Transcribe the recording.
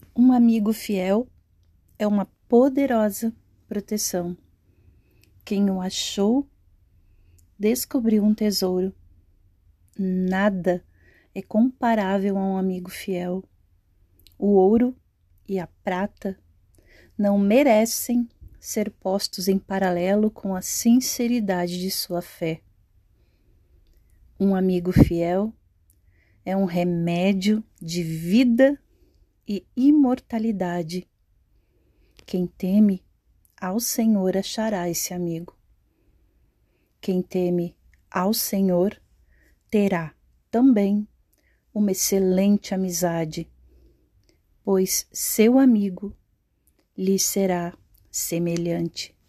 Um amigo fiel é uma poderosa proteção. Quem o achou, descobriu um tesouro. Nada é comparável a um amigo fiel. O ouro e a prata não merecem ser postos em paralelo com a sinceridade de sua fé. Um amigo fiel é um remédio de vida e imortalidade. Quem teme ao Senhor achará esse amigo. Quem teme ao Senhor terá também uma excelente amizade, pois seu amigo lhe será semelhante.